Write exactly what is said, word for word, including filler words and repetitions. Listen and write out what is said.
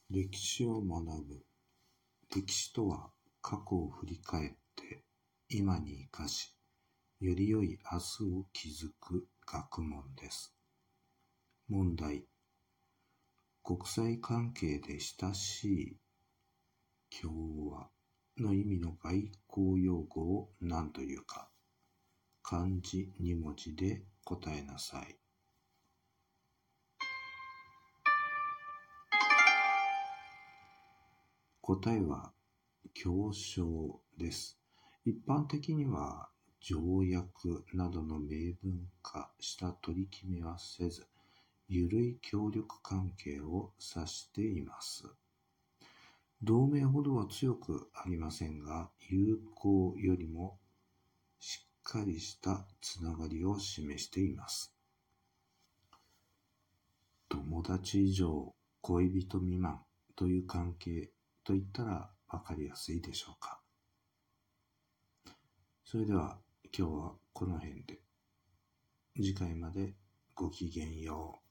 歴史を学ぶ。歴史とは過去を振り返って今に生かし、より良い明日を築く学問です。問題。国際関係で親しい共和の意味の外交用語を何というか。漢字に文字で答えなさい。答えは協商です。一般的には条約などの明文化した取り決めはせず、緩い協力関係を指しています。同盟ほどは強くありませんが、友好よりもしっかりしたつながりを示しています。友達以上、恋人未満という関係といったらわかりやすいでしょうか。それでは今日はこの辺で。次回までごきげんよう。